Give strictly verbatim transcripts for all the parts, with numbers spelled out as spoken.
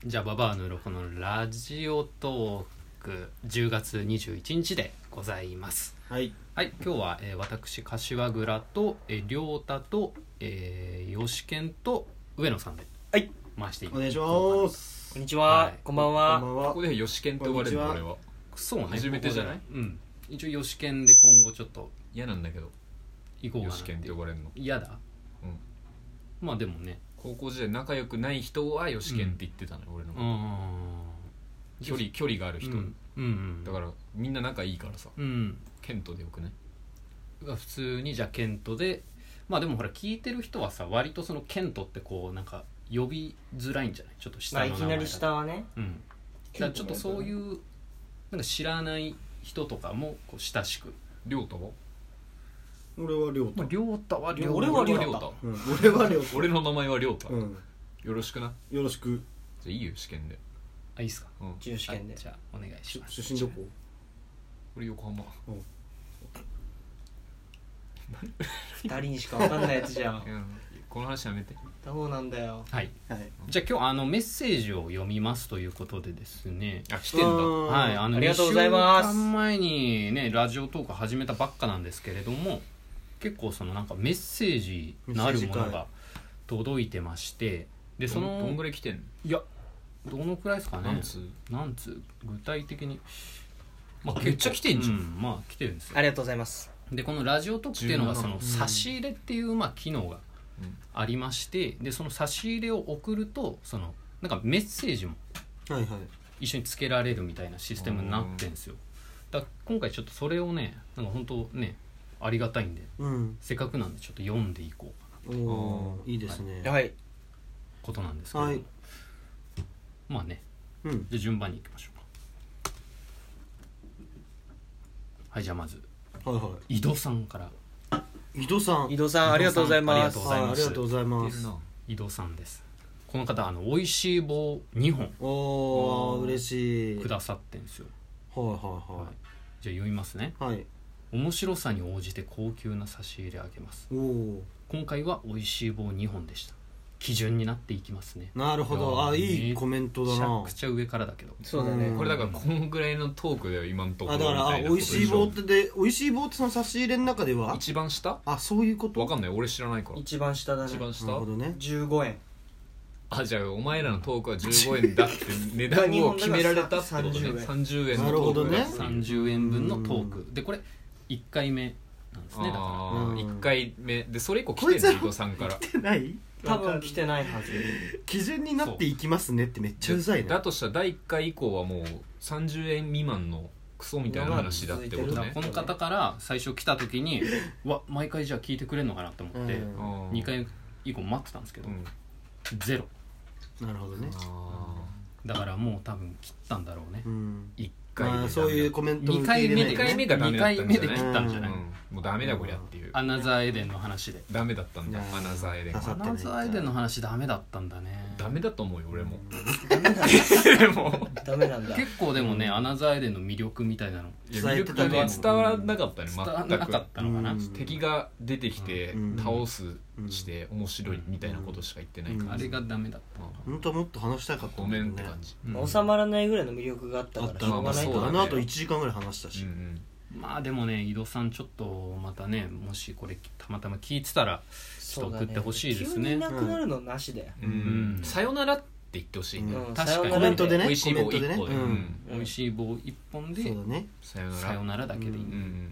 じゃあババアの鱗のラジオトークじゅうがつにじゅういちにちでございます。 はい、 はい、今日は、えー、私柏倉と、えー、亮太と、えー、吉健と上野さんではい回していきお願いします。 こんにちは、 はい、 こんばんは。 こんばんは。 ここで吉健と呼ばれるの俺はそうね、 初めてじゃない？ ここでうん一応吉健で今後ちょっと嫌なんだけど行こうかなって。 吉健って呼ばれるの嫌だ。 うんまあでもね、 高校時代仲良くない人は吉健って言ってたのよ、俺のうん距離距離がある人、 うんうんうん、 だからみんな仲いいからさ、 うんケントでよくない？ 普通にじゃあケントで、まあでもほら聞いてる人はさ割とそのケントってこうなんか呼びづらいんじゃない？ちょっと下まあの名前だといきなり下はね、 うん、だからちょっとそういうなんか知らない人とかもこう親しく。 亮太は？ 俺は亮太。 亮太は亮太。 俺は亮太太うん、俺は亮太。 俺の名前は亮太、 うん、 よろしくな。 よろしく。 じゃあいいよ試験で。 あ、いいっすか？ うん自由試験で。 じゃあお願いします。 出身どこ？ 俺横浜。 ふたりにしか分かんないやつじゃん。 いやこの話やめて。 どうなんだよ。 はい、 はい。 じゃあ今日あのメッセージを読みますということでですね、 あ、来てんだ。 はい、あのありがとうございますにしゅうかんまえにねラジオトーク始めたばっかなんですけれども、結構そのなんかメッセージなるものが届いてまして、でそのどんぐらい来てんの？ いやどのくらいですかね。 何通？ 何通具体的に、まあ、 めっちゃ来てんじゃん、 うん、まあ来てるんですよ。 ありがとうございます。 でこのラジオトークっていうのがじゅうななその差し入れっていうまあ機能がありまして、でその差し入れを送るとそのなんかメッセージもはいはい。 一緒につけられるみたいなシステムになってるんですよ。だから今回ちょっとそれをねなんか本当ねありがたいんで、 うん。 せっかくなんでちょっと読んでいこうかなおお、いいですね。 はいことなんですけど、 はい。 まあね、 うん。 じゃあ順番にいきましょうか。はい、じゃあまずはいは井戸さんから。 い。井戸さん。 井戸さんありがとうございます。 ありがとうございますはい、ありがとうございます。 来てるな。 井戸さんです。この方あの美味しい棒にほんおお、嬉しい。 くださってんですよ。 はいははい、じゃあ読みますね。 いはい。はい。 面白さに応じて高級な差し入れあげます。 おお。 今回は美味しい棒にほんでした。基準になっていきますね。 なるほど。あ、いいコメントだなめちゃく。ちゃ上からだけど。 そうだね、 うんこれだからこのぐらいのトークだよ今のところあ、だからあ、 みたいな美味しい棒っことてで、美味しい棒ってその差し入れの中ではでしょ。一番下？ あ、そういうこと。 わかんない、俺知らないから。 一番下だね。 一番下なるほどね。 じゅうごえん。 あ、じゃあお前らのトークはじゅうごえんだって値段を決められたってことね。さんじゅうえんのトークだっていう。 さんじゅうえんぶんのトークでこれいっかいめなんですね。だかああ、 うんいっかいめでそれ以降来てんこいつはの井戸さんから。 来てない？ 多分来てないはず。 基準になっていきますねってめっちゃうざいね。 だとしたらだいいっかい以降はもうさんじゅうえん未満のクソみたいな話だってこらだからとね。 この方から最初来た時にうわ毎回じゃあ聞いてくれるのかなと思ってうんにかい以降待ってたんですけどうんゼロなるほどね。 あだからもう多分切ったんだろうね。 うん。 ーいっかいまあでそういうコメントもにかいめでにかいめがダメだったんじゃない？ にかいめで切ったんじゃない。 うんもうダメだこりゃっていう。 アナザーエデンの話で。 ダメだったんだいやーアナザーエレンは。 刺さってないアナザーエデンの話ダメだったんだね。 ダメだと思うよ俺も。 ダメなんだ。 でもダメなんだ。 結構でもね、アナザーエデンの魅力みたいなのいや伝えてたね魅力が伝わらなかったね伝わら全く。 なかったのかな。 うん敵が出てきてうん倒すして面白いみたいなことしか言ってないから。 あれがダメだったのか本当はもっと話したかったごめんって感じ。 な。 まあ収まらないぐらいの魅力があったからしょうがないまあまあそうだねあの後いちじかんぐらい話したし。 うんうんまあでもね井戸さんちょっとまたねもしこれたまたま聞いてたらちょっと送ってほしいですね。 急にいなくなるのなしだよ。 ううんんさよならって言ってほしいね。 うん確かにさよならコメントでね。 美味しい棒コメントでね一個で。 ううんん美味しい棒一本でそうだね。 さよなら。 さよならだけでいい、 うんうんうん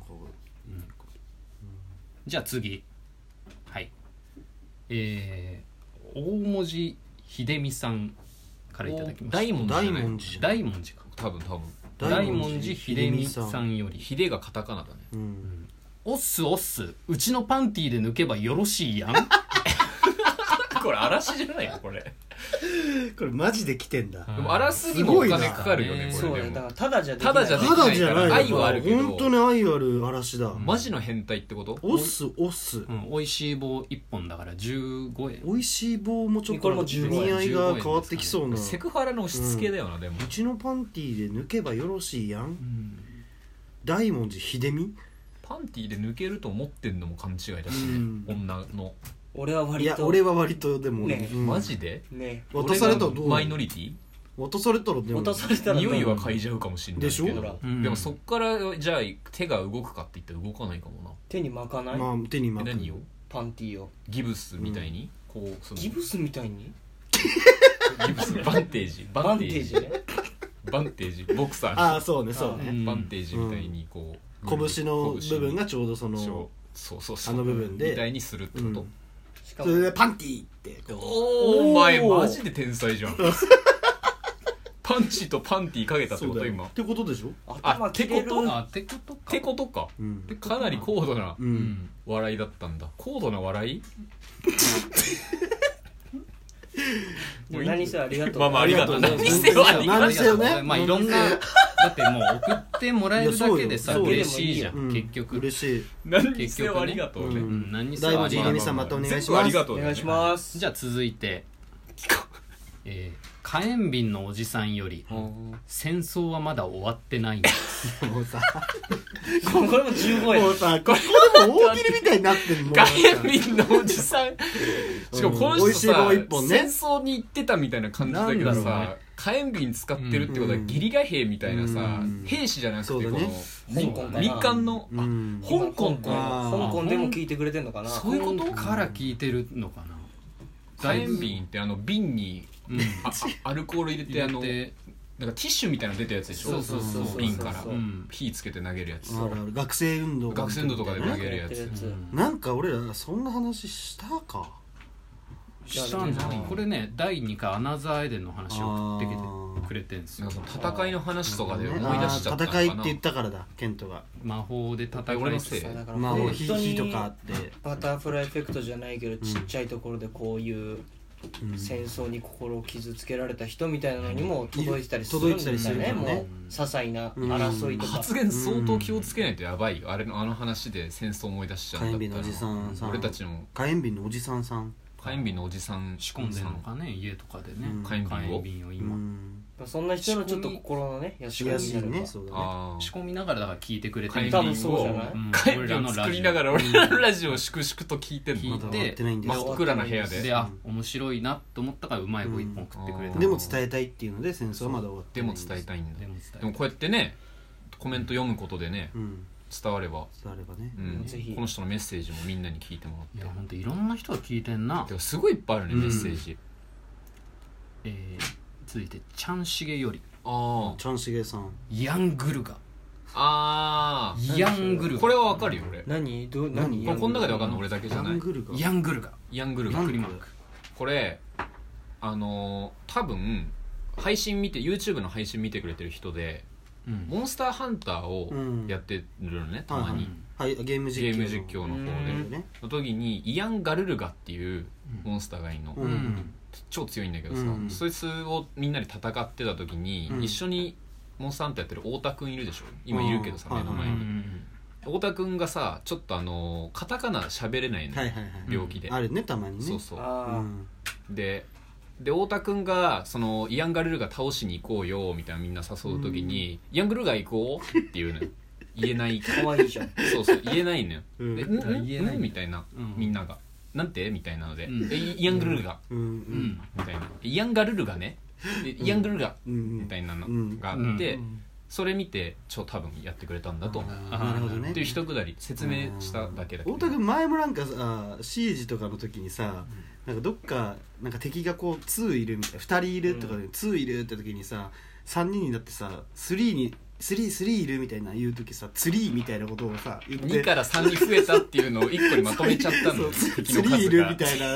じゃあ次はいえー、大文字秀美さんからいただきました。 大文字じゃない大文字じゃん。 大文字か多分多分大文字秀美さんよりヒデがカタカナだね。 うん。 おっすおっすうちのパンティーで抜けばよろしいやんこれ嵐じゃないのこれ。 これマジで来てんだ。 でも荒すぎもお金かかるよねすそうだよ。 これでも。 だからただじゃできない。 ただじゃできただじゃないよ。 愛はあるけど本当に愛ある嵐だ。 マジの変態ってこと？ オスオス。 うん、美味しい棒いっぽんだからじゅうごえん。 美味しい棒もちょっとこれもじゅうごえん意味合いが変わってきそうな。 セクハラの押し付けだよなでも。 うちのパンティーで抜けばよろしいやん。 うん大文字秀美。 パンティーで抜けると思ってんのも勘違いだしねうん女の。 俺は割といや俺は割とでもねうんマジでね渡されたらどうマイノリティ渡されたらでも渡されたら匂いは嗅いじゃうかもしれないけでしょどほらうんでもそっからじゃあ手が動くかって言ったら動かないかもな手に巻かない、 まあ手に巻くえ何をパンティーをギブスみたいに、こうそのギブスみたいにギブスバンテージバンテージねバンテージボクサーああそうねそううねんバンテージみたいにこう、 拳の部分がちょうどそのそうそうそうそうあの部分でみたいにするってこと、 うんしかもそれでパンティーってこおーお前おーマジで天才じゃんパンチとパンティーかけたうってこと今そうだよってことでしょ頭切れるってことあってことかってことかうんかなり高度なううんん笑いだったんだ高度な笑い何せありがとうまあまあありがとうありがとう何せよありがとう何せよねまあいろんなだってもう送ってもらえるだけでさいやそうよ嬉しいじゃうんん結局嬉しい何にせよありがとうね、 ううんん何にせ大文字よありがとうひろみさんまたお願いします全部ありがとうだよねお願いしますじゃあ続いてえー火炎瓶のおじさんより戦争はまだ終わってないんですもうさこれもじゅうごえんもうさここでも大喜利みたいになってるもう火炎瓶のおじさんしかもこの人美味しい棒さ一本ね戦争に行ってたみたいな感じだけどなんだろうさね火炎瓶使ってるってことはうんゲリラ兵みたいなさうん兵士じゃなくてこのそうだね民香港かな民間のうん香港香港あー香港でも聞いてくれてんのかなそういうことから聞いてるのかな火炎瓶ってあの瓶にうんああアルコール入れてあの入れてなんかティッシュみたいなの出たやつでしょそうそうそうそう瓶からうん火つけて投げるやつあるある学生運動学生運動とかで投げるやつやってるやつうんなんか俺らそんな話したかしたんじゃないこれねだいにかいアナザーエデンの話を送ってきてくれてんすよなんかその戦いの話とかで思い出しちゃったのかなあー戦いって言ったからだケントが魔法で戦い俺のせいそうだからまあ本当火火とにかあってバタフライエフェクトじゃないけどちっちゃいところでこういううん戦争に心を傷つけられた人みたいなのにも届いてたりするんだ届いてたりすよねるよねもう些細な争いとか発言相当気をつけないとやばいよあれのあの話で戦争思い出しちゃ火うんだったら炎瓶のおじさんさん俺たちの火炎瓶のおじさんさん火炎瓶のおじさん仕込んでるのかね家とかでねうん火炎瓶をう火炎瓶を今んそんな人のちょっと心のねしやすいになればねそうだねあ仕込みながらだから聞いてくれてる火炎多分そうじゃないうん火炎瓶を作りながら俺らのラジオを粛々と聞いてんの聞いてまだ終わってないんです真っ暗な部屋でであ面白いなと思ったからうまい棒一本食ってくれうんたでも伝えたいっていうので戦争はまだ終わってないでも伝えたいんだでも伝えたいでもこうやってねコメント読むことでねうん伝われば、 伝わればねうん、 ぜひこの人のメッセージもみんなに聞いてもらっていやほんといろんな人が聞いてんなでもすごいいっぱいあるね、 うんメッセージえー続いてちゃんしげよりあチャンシゲさんヤングルガああヤングルガこれはわかるよ俺何ど何これこの中でわかんの俺だけじヤゃないングルがヤングルガヤングルがなんでクリマークこれあのー多分配信見て YouTube の配信見てくれてる人でうんモンスターハンターをうんやってるのねたまにはいゲーム実況ゲーム実況の方うんでねの時にイアン・ガルルガっていうモンスターがいるの、 うんうん超強いんだけどさ、 うんそいつをみんなで戦ってた時に、 うん一緒にモンスターハンターやってる太田くんいるでしょ今いるけどさ、 うん目の前に、 うん太田くんがさちょっとあのカタカナ喋れないの、 はいはいはい病気で、 あるねたまにねそうそううあんでで太田くんがそのイアン・ガルルガ倒しに行こうよみたいなみんな誘う時に、イアン・ガルルガ行こうっていうのよ言えないあ可愛いじゃんそうそう言えないのよ、 うんでうんうん言えないうんみたいな、 うんみんながなんてみたいなので、 うんでイアン・ガルルガ、 うんううんんみたいなイアン・ガルルガねでイアン・ガルルガうんみたいなのうんがあって、 うんそれ見て超多分やってくれたんだと思う、 あーなるほどねっていう一くだり説明しただけだけど太田君前もなんかさシージとかの時にさなんかどっかなんか敵がこうにいるみたいなふたりいるとかでにいるって時にささんにんになってささんにスリー、スリーいるみたいな言う時さツリーみたいなことをさ言ってにからさんに増えたっていうのをいっこにまとめちゃったんだよそう敵ツリーいるの数がみたいな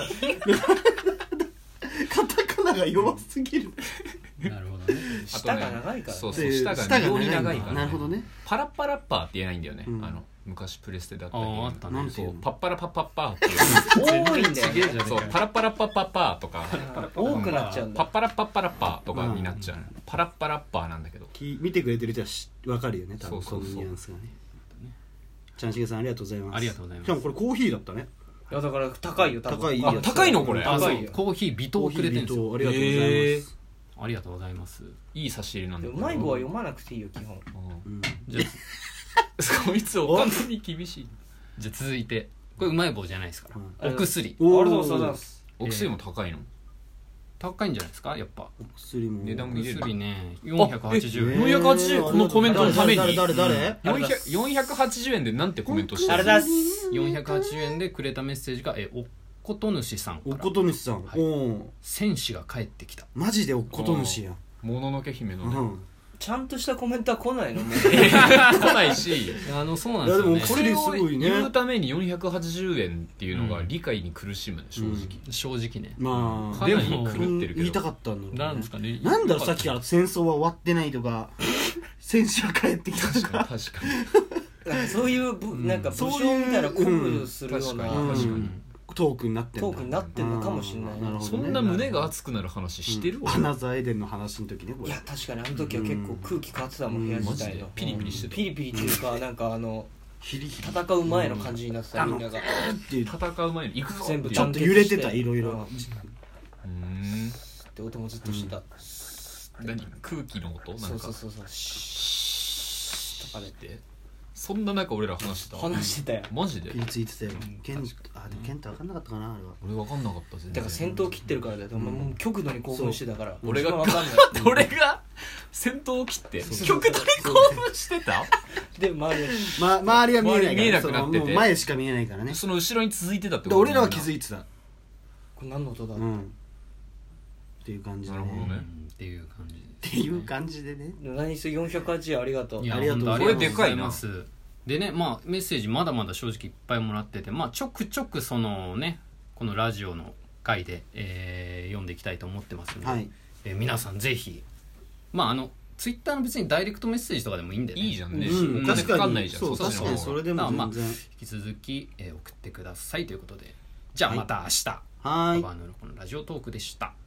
カタカナが弱すぎるなるほどね舌が長いからそうそうで舌が妙に長いから、ね、 なるほどねパラッパラッパーって言えないんだよね、 うんあの昔プレステだったあけどああったねなんていうのそうパッパラパッパッパーっていう多いんだよ全然違えじゃねえかそうパラッパラッパッパッパーとか多くなっちゃうんだパッパラッパッパラッパーとかになっちゃう、パラッパラッパーなんだけどき見てくれてる人はし分かるよね多分このそうそうそうニュアンスがねちゃんしげさんありがとうございますありがとうございますしかもこれコーヒーだったねいやだから高いよ多分高いあ高いのこれあそう高いよコーヒー微糖をくれてるんですよコーヒー微糖ありがとうございますありがとうございますいい差し入れなんだうまい棒は読まなくていいよ基本うんうんじゃあそいつお金に厳しいじゃあ続いてこれうまい棒じゃないですから、 うんお薬ありがおーとうございますお薬も高いの？ 高いんじゃないですかやっぱ。 お薬も値段見れる薬ねよんひゃくはちじゅうえん、 えーよんひゃくはちじゅうこのコメントのために誰誰誰誰うんよんひゃく よんひゃくはちじゅうえんでなんてコメントしてるの？ ありがとうございますよんひゃくはちじゅうえんでくれたメッセージがえおっこと主さんかおらこと主さん、 はいおお戦士が帰ってきた。 マジでおこと主やん、 もののけ姫のねうん、 ちゃんとしたコメントは来ないのもう来ないしあのそうなんですよねいやでもこれをすごいね言うためによんひゃくはちじゅうえんっていうのが理解に苦しむね正直、 正直ねまあかなりでも狂ってるけど言いたかったんだろうねなんですかねなんだろうさっきから戦争は終わってないとか戦士が帰ってきたと確かにか確かになんかそういうぶ、 んなんか武将みたいな鼓舞するような、 うん確かにうんトークになってんだトークになってんのかもしれないねあーるほどねそんな胸が熱くなる話してるわ、 うんアナザーエデンの話の時ねこれいや確かにあの時は結構空気変わってたもん、 うん部屋自マジで体のピリピリしてたピリピリっていうかなんかあのヒリヒリ戦う前の感じになってた、みんながっていう戦う前に行くぞ全部ってちょっと揺れてたいろいろうんっうんて音もずっとしてた、 何空気の音なんかそうそうそうそうシーッとかででそんな中俺ら話してた話してたよマジでピリついてたよケンあでもケント分かんなかったかなあれは俺分かんなかった全然だから戦闘切ってるからだよ、お前もう極度に興奮してたから俺が一番わかんない俺が戦闘を切ってそう極度に興奮してたで周りはま周りは見えないから周り見えなくなっててそのもう前しか見えないからねその後ろに続いてたってで俺らは気づいいてたこれ何の音だ、 うんっていう感じでなるほどねうんっていう感じっていう感じでね何せよんひゃくはちじゅうありがとういやありがとう本当あこれりがとうございでかいなますでねまあメッセージまだまだ正直いっぱいもらっててまあちょくちょくそのねこのラジオの回で、えー読んでいきたいと思ってますので、 はいえー皆さんぜひまああのツイッターの別にダイレクトメッセージとかでもいいんでねいいじゃんね、 うんお金かかん確かにないじゃんそう確かにっちの方がそれでも全然引き続き、えー送ってくださいということでじゃあまた明日、 はーいババアのこのラジオトークでした。